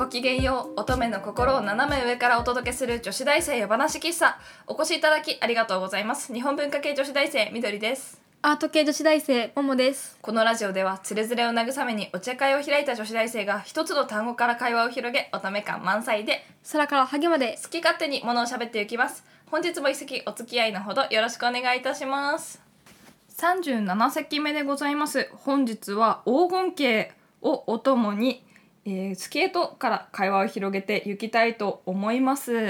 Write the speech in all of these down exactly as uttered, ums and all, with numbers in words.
ごきげんよう。乙女の心を斜め上からお届けする女子大生夜話喫茶。お越しいただきありがとうございます。日本文化系女子大生みどりです。 アート系女子大生ももです。 このラジオではつれづれを慰めにお茶会を開いた女子大生が一つの単語から会話を広げ、乙女感満載で空からハゲまで好き勝手に物を喋っていきます。本日も一席お付き合いのほどよろしくお願いいたします。さんじゅうなな席目でございます。本日は黄金系をお供に、えー、スケートから会話を広げていきたいと思います。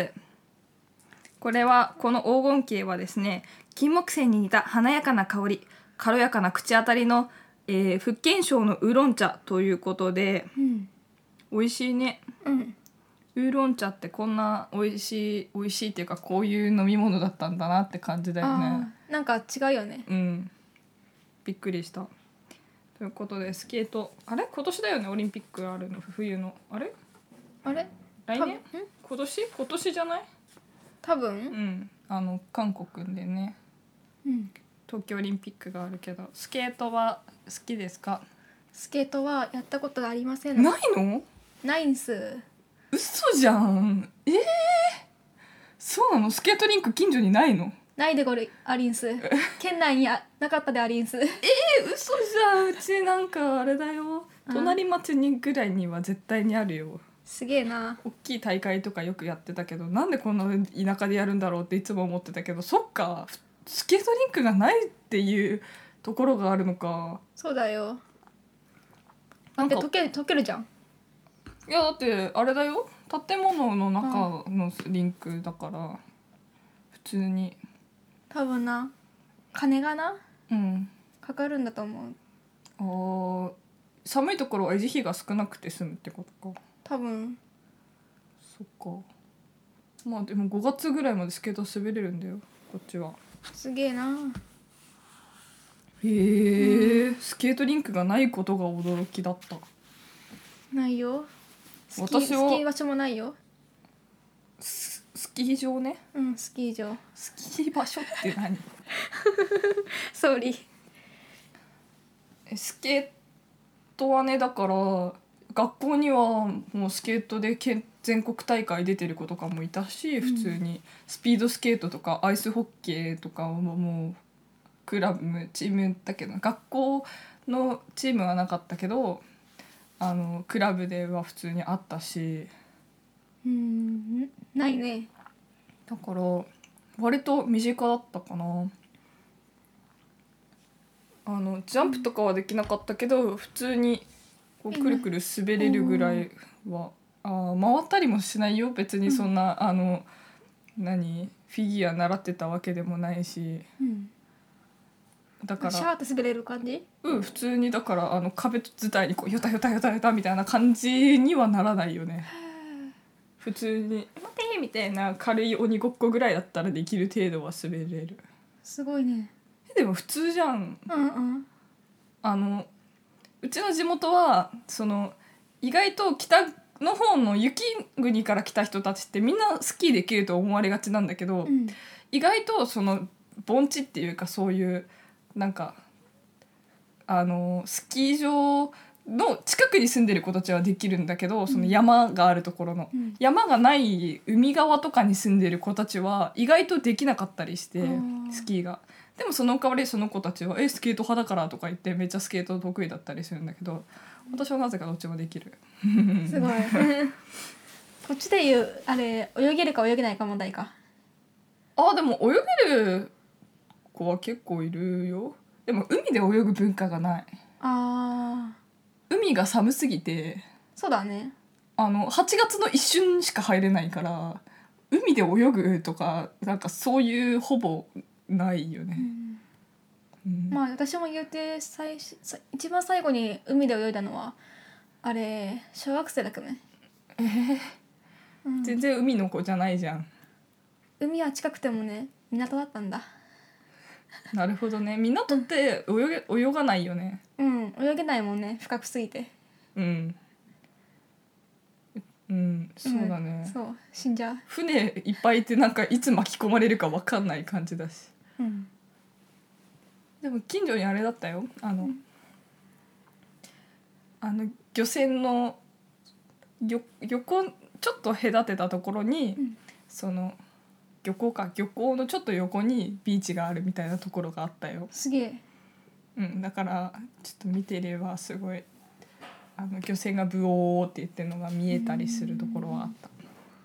これはこの黄金系はですね、金木犀に似た華やかな香り、軽やかな口当たりの、えー、福建省のウーロン茶ということで、 うん、 美味しいね。 うんウーロン茶ってこんな美味しい美味しいっていうか、こういう飲み物だったんだなって感じだよね。 なんか違うよね。 うんびっくりした。ということでスケート、あれ今年だよね、オリンピックあるの、冬の。あれあれ来年今年今年じゃない？ 多分うんあの韓国でね、 うん、 東京オリンピックがあるけど、スケートは好きですか？ スケートはやったことがありません。 ないの？ ないんす。 嘘じゃん。えー、そうなの？スケートリンク近所にないの？ ないでごるありんす。県内にあなかったでありんす。 えー、嘘じゃん。うちなんかあれだよ、隣町にぐらいには絶対にあるよ。 すげえな。 大きい大会とかよくやってたけど、なんでこんな田舎でやるんだろうっていつも思ってたけど、そっか、スケートリンクがないっていうところがあるのか。 そうだよ。 なんかだって溶ける溶けるじゃん。 いやだってあれだよ、建物の中のリンクだから普通に多分な、金がなうんかかるんだと思う。 あー寒いところは維持費が少なくて済むってことか。 多分そっか。まあでもごがつぐらいまでスケート滑れるんだよ、こっちは。 すげえな。 へえ、うん、スケートリンクがないことが驚きだった。 ないよ。スキー、 私はスキー場所もないよ。 ス、スキー場ね。 うん、スキー場。 スキー場所って何？ ソーリー。 スケートはね、だから学校にはもうスケートで全国大会出てる子とかもいたし、普通にスピードスケートとかアイスホッケーとかももうクラブチームだけど、学校のチームはなかったけど、あのクラブでは普通にあったし。 うーん、ないね。 だから割と身近だったかな。あのジャンプとかはできなかったけど、普通にこうくるくる滑れるぐらいは、あ回ったりもしないよ別に。そんな、うん、あの何フィギュア習ってたわけでもないし、 うん、 だからシャーって滑れる感じ？ うん普通に、だからあの壁伝いにこうヨタヨタヨタヨタみたいな感じにはならないよね。普通に待てみたいな軽い鬼ごっこぐらいだったらできる程度は滑れる。 すごいね。 でも普通じゃん。 うんうん。 あのうちの地元はその意外と北の方の雪国から来た人たちってみんなスキーできると思われがちなんだけど、 うん、 意外とその盆地っていうか、そういうなんかあのスキー場の近くに住んでる子たちはできるんだけど、その山があるところの、うん、山がない海側とかに住んでる子たちは意外とできなかったりして、スキーが。でもその代わりその子たちはえスケート派だからとか言ってめっちゃスケート得意だったりするんだけど、私はなぜかどっちもできる。 すごいこっちで言うあれ泳げるか泳げないか問題か。 あでも泳げる子は結構いるよ。でも海で泳ぐ文化がない。 あ海が寒すぎて。 そうだね。 あのはちがつの一瞬しか入れないから、海で泳ぐとかなんかそういうほぼないよね。 うんうん、まあ私も言うて最一番最後に海で泳いだのはあれ小学生だけどね。 えーうん、全然海の子じゃないじゃん。 海は近くてもね港だったんだ。 なるほどね。港って泳げ泳がないよね。 うん泳げないもんね、深くすぎて。 うんうんそうだね、 うん、そう死んじゃう。 船いっぱいいてなんかいつ巻き込まれるか分かんない感じだし、 うん、 でも近所にあれだったよ、あの、うん、あの漁船の漁漁港ちょっと隔てたところに、 うん、 その漁港か漁港のちょっと横にビーチがあるみたいなところがあったよ。 すげえ。 うん、だからちょっと見てればすごいあの漁船がブオーって言ってるのが見えたりするところはあった。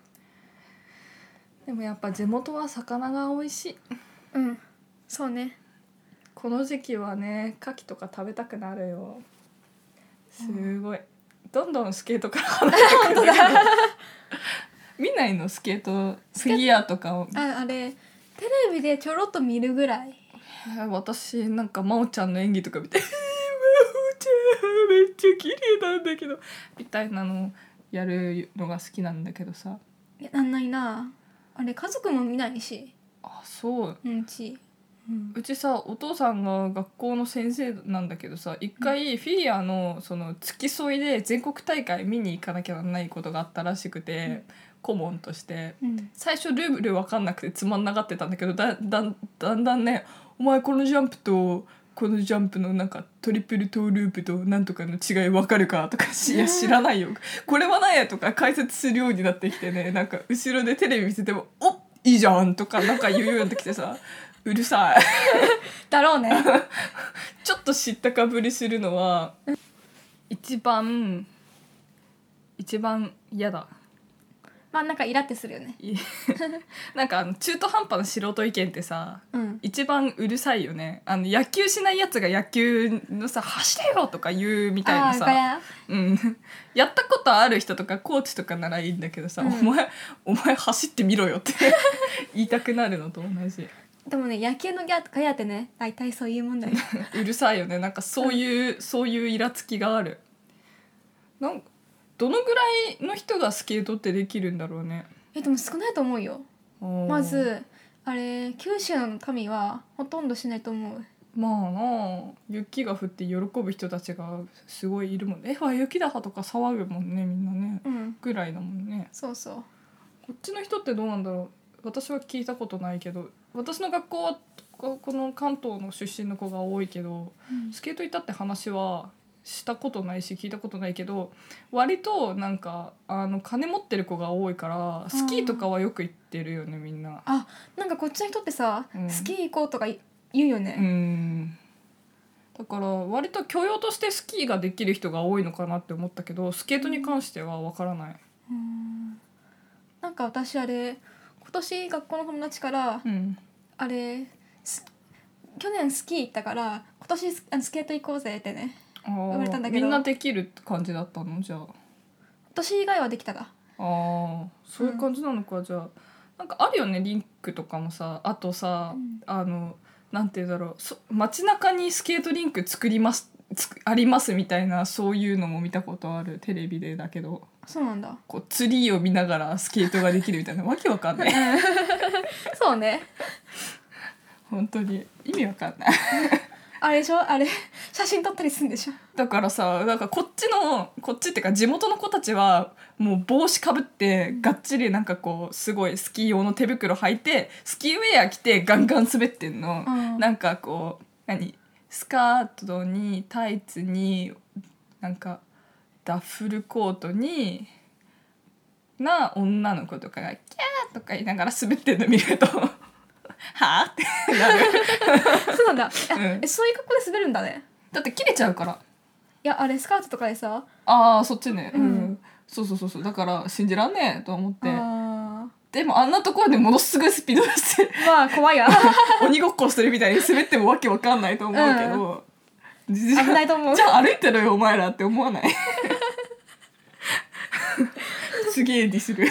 でもやっぱ地元は魚が美味しい。 うん、そうね。 この時期はね牡蠣とか食べたくなるよ。すごい、どんどんスケートから離れてくるけど見ないのスケートフィギュアとかを。 ああれテレビでちょろっと見るぐらい。 私なんか真央ちゃんの演技とか見て真央ちゃんめっちゃ綺麗なんだけどみたいなのをやるのが好きなんだけどさ。 いやなんないなあれ。家族も見ないし。 あ、そう。 うんち、うん、 うちさお父さんが学校の先生なんだけどさ、一回フィギュアのその付き添いで全国大会見に行かなきゃならないことがあったらしくて、うん、顧問として、うん、最初ルール分かんなくてつまんながってたんだけど、だだだんだんね、お前このジャンプとこのジャンプのなんかトリプルトーループとなんとかの違い分かるかとか、いや知らないよこれは何やとか解説するようになってきてね、なんか後ろでテレビ見せてもおいいじゃんとかなんか言うようになってきてさうるさいだろうねちょっと知ったかぶりするのは一番一番嫌だ。 まあなんかイラってするよねなんかあの中途半端な素人意見ってさ、 うん、 一番うるさいよね。あの野球しないやつが野球のさ走れよとか言うみたいなさ、うん、やったことある人とかコーチとかならいいんだけどさ、うん、お前お前走ってみろよって言いたくなるのと同じ。 でもね野球のガヤってね大体そういうもんだようるさいよね。なんかそういう、うん、そういうイラつきがある。なんかどのぐらいの人がスケートってできるんだろうね。 えでも少ないと思うよ。まずあれ九州の民はほとんどしないと思う。 まあなあ、雪が降って喜ぶ人たちがすごいいるもんね。えわ雪だとか騒ぐもんねみんなね、 うん、 ぐらいだもんね。 そうそう。 こっちの人ってどうなんだろう。私は聞いたことないけど、私の学校はこの関東の出身の子が多いけど、うん、スケート行ったって話はしたことないし聞いたことないけど、割となんかあの金持ってる子が多いからスキーとかはよく行ってるよねみんな。 あ、なんかこっちの人ってさ、うん、スキー行こうとか言うよね。 うん、だから割と許容としてスキーができる人が多いのかなって思ったけど、スケートに関しては分からない。 うん、なんか私あれ今年学校の友達から、うん、あれ去年スキー行ったから今年スケート行こうぜってね言われたんだけど、 みんなできる感じだったのじゃあ。 私以外はできたが。 ああ、そういう感じなのか、うん、じゃあなんかあるよねリンクとかもさ。あとさ、うん、あのなんていうんだろう、街中にスケートリンク作りますつありますみたいな、そういうのも見たことあるテレビで。だけどそうなんだ、 こうツリーを見ながらスケートができるみたいなわけわかんないそうね本当に意味わかんないあれでしょ、あれ写真撮ったりするんでしょ。 だからさ、なんかこっちのこっちっていうか地元の子たちはもう帽子かぶってがっちりなんかこうすごいスキー用の手袋履いてスキーウェア着てガンガン滑ってんの、うん、なんかこう何スカートにタイツになんかダッフルコートにな女の子とかがキャーとか言いながら滑ってんの見るとはぁってなるそうなんだ、うん、えそういう格好で滑るんだね。 だって切れちゃうから。 いやあれスカートとかでさ、 ああそっちね、うん、うん、そうそうそうそう、だから信じらんねえと思って。あでもあんなところでものすごいスピード出してまあ怖いや鬼ごっこしてるみたいに滑ってもわけわかんないと思うけど、うん、 危ないと思う。 じゃあ歩いてろよお前らって思わないすげえディスる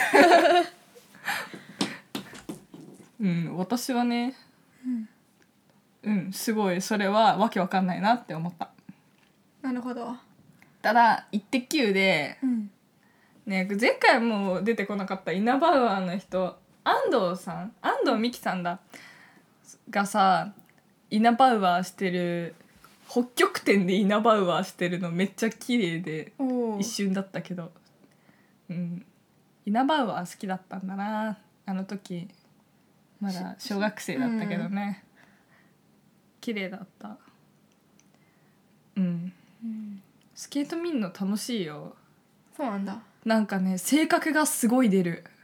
うん、私はね、うん、うん、すごいそれはわけわかんないなって思った。 なるほど。 ただイッテ Q で、うんね、前回も出てこなかったイナバウアーの人安藤さん安藤美希さんだがさ、イナバウアーしてる北極点でイナバウアーしてるのめっちゃ綺麗で一瞬だったけど、うん、イナバウアー好きだったんだなあの時。まだ小学生だったけどね、うん、綺麗だった、うんうん、スケート見るの楽しいよ。 そうなんだ。 なんかね性格がすごい出る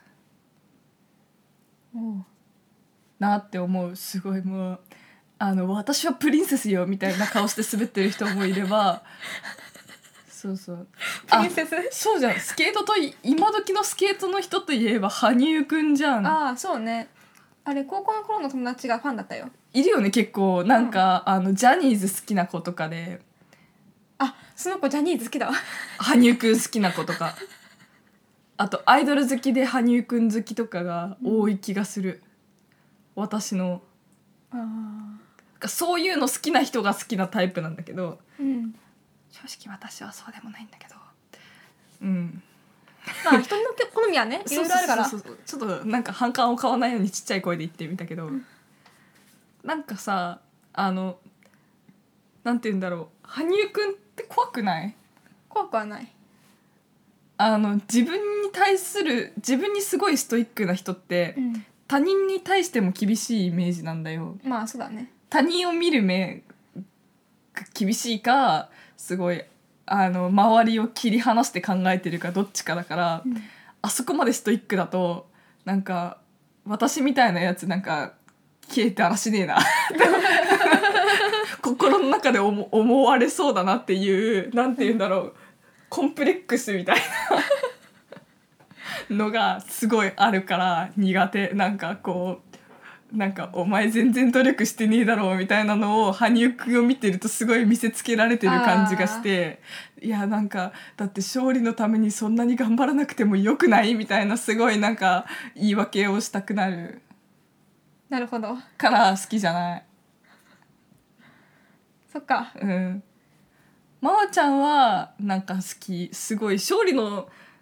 なって思う。すごいもうあの私はプリンセスよみたいな顔して滑ってる人もいればそうそうプリンセスそうじゃん。スケートと今時のスケートの人といえば羽生くんじゃん。 ああそうね。あれ高校の頃の友達がファンだったよ。 いるよね結構なんか、うん、あのジャニーズ好きな子とかで、 あその子ジャニーズ好きだわ羽生くん好きな子とかあとアイドル好きで羽生くん好きとかが多い気がする、うん、私のあそういうの好きな人が好きなタイプなんだけど、 うん、 正直私はそうでもないんだけどうんまあ人の好みはねいろいろあるからそうそうそうそうちょっとなんか反感を買わないようにちっちゃい声で言ってみたけど、うん、なんかさあのなんて言うんだろう羽生くんって怖くない？ 怖くはない。 あの自分に対する自分にすごいストイックな人って、うん、他人に対しても厳しいイメージなんだよ。 まあそうだね。 他人を見る目が厳しいかすごいあの周りを切り離して考えてるかどっちかだから、うん、あそこまでストイックだとなんか私みたいなやつなんか消えてあらしねえな心の中で 思, 思われそうだなっていうなんて言うんだろう、うん、コンプレックスみたいなのがすごいあるから苦手。なんかこうなんかお前全然努力してねえだろうみたいなのを羽生くんを見てるとすごい見せつけられてる感じがして、いやなんかだって勝利のためにそんなに頑張らなくてもよくないみたいなすごいなんか言い訳をしたくなる。 なるほど。 から好きじゃない。 そっか。 うん。まおちゃんはなんか好き。すごい勝利の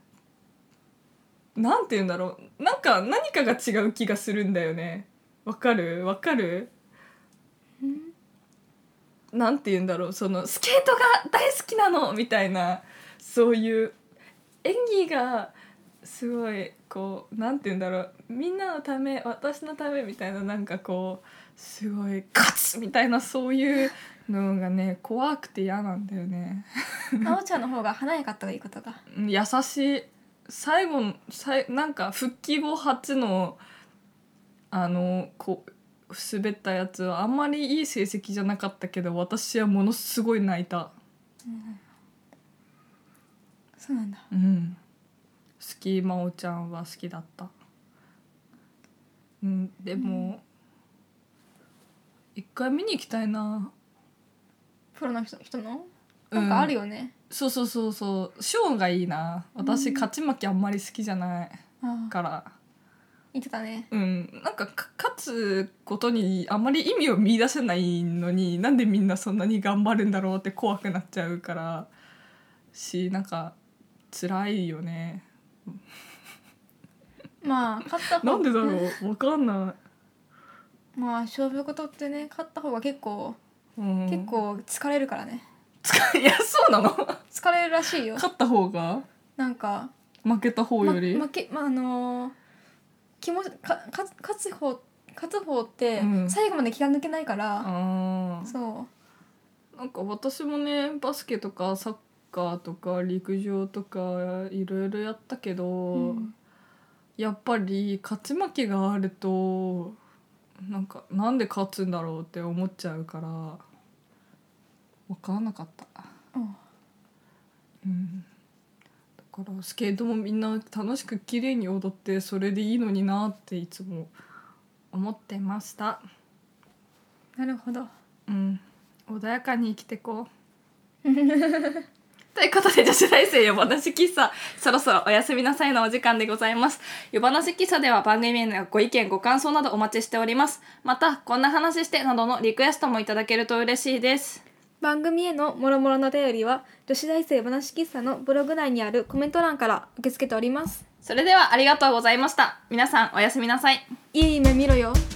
なんて言うんだろう。なんか何かが違う気がするんだよね。わかるわかる？ん？なんて言うんだろう。そのスケートが大好きなのみたいなそういう演技がすごいこうなんて言うんだろう。みんなのため私のためみたいななんかこうすごい勝つみたいなそういうのがね怖くて嫌なんだよね。 まおちゃんの方が華やかったがいいことが。 優しい。最後のなんか復帰後初のあのこう滑ったやつはあんまりいい成績じゃなかったけど私はものすごい泣いた、 うん、そうなんだ。 うん好き。まおちゃんは好きだった、うん、でも、うん、一回見に行きたいな。 プロの 人, 人のなんかあるよね、 うん、そうそうそうそうショーがいいな。私、うん、勝ち負けあんまり好きじゃないから言ってたね。 うん、なんか勝つことにあんまり意味を見出せないのになんでみんなそんなに頑張るんだろうって怖くなっちゃうからしなんか辛いよね。 まあ勝った方なんでだろう分かんない。 まあ勝負事ってね勝った方が結構、うん、結構疲れるからね。 いやそうなの疲れるらしいよ。 勝った方がなんか負けた方より、 ま、負けまああのー気持ちか勝つ方勝つ方って最後まで気が抜けないから、うん、そうなんか私もねバスケとかサッカーとか陸上とかいろいろやったけど、うん、やっぱり勝ち負けがあるとなんかなんで勝つんだろうって思っちゃうから分からなかった、うんうん、だからスケートもみんな楽しく綺麗に踊ってそれでいいのになっていつも思ってました。 なるほど、 うん、穏やかに生きてこうということで女子大生夜話喫茶そろそろおやすみなさいのお時間でございます。夜話喫茶では番組へのご意見ご感想などお待ちしております。またこんな話してなどのリクエストもいただけると嬉しいです。 番組へのもろもろのお便りは女子大生話喫茶のブログ内にあるコメント欄から受け付けております。 それではありがとうございました。皆さんおやすみなさい。 いい夢見ろよ。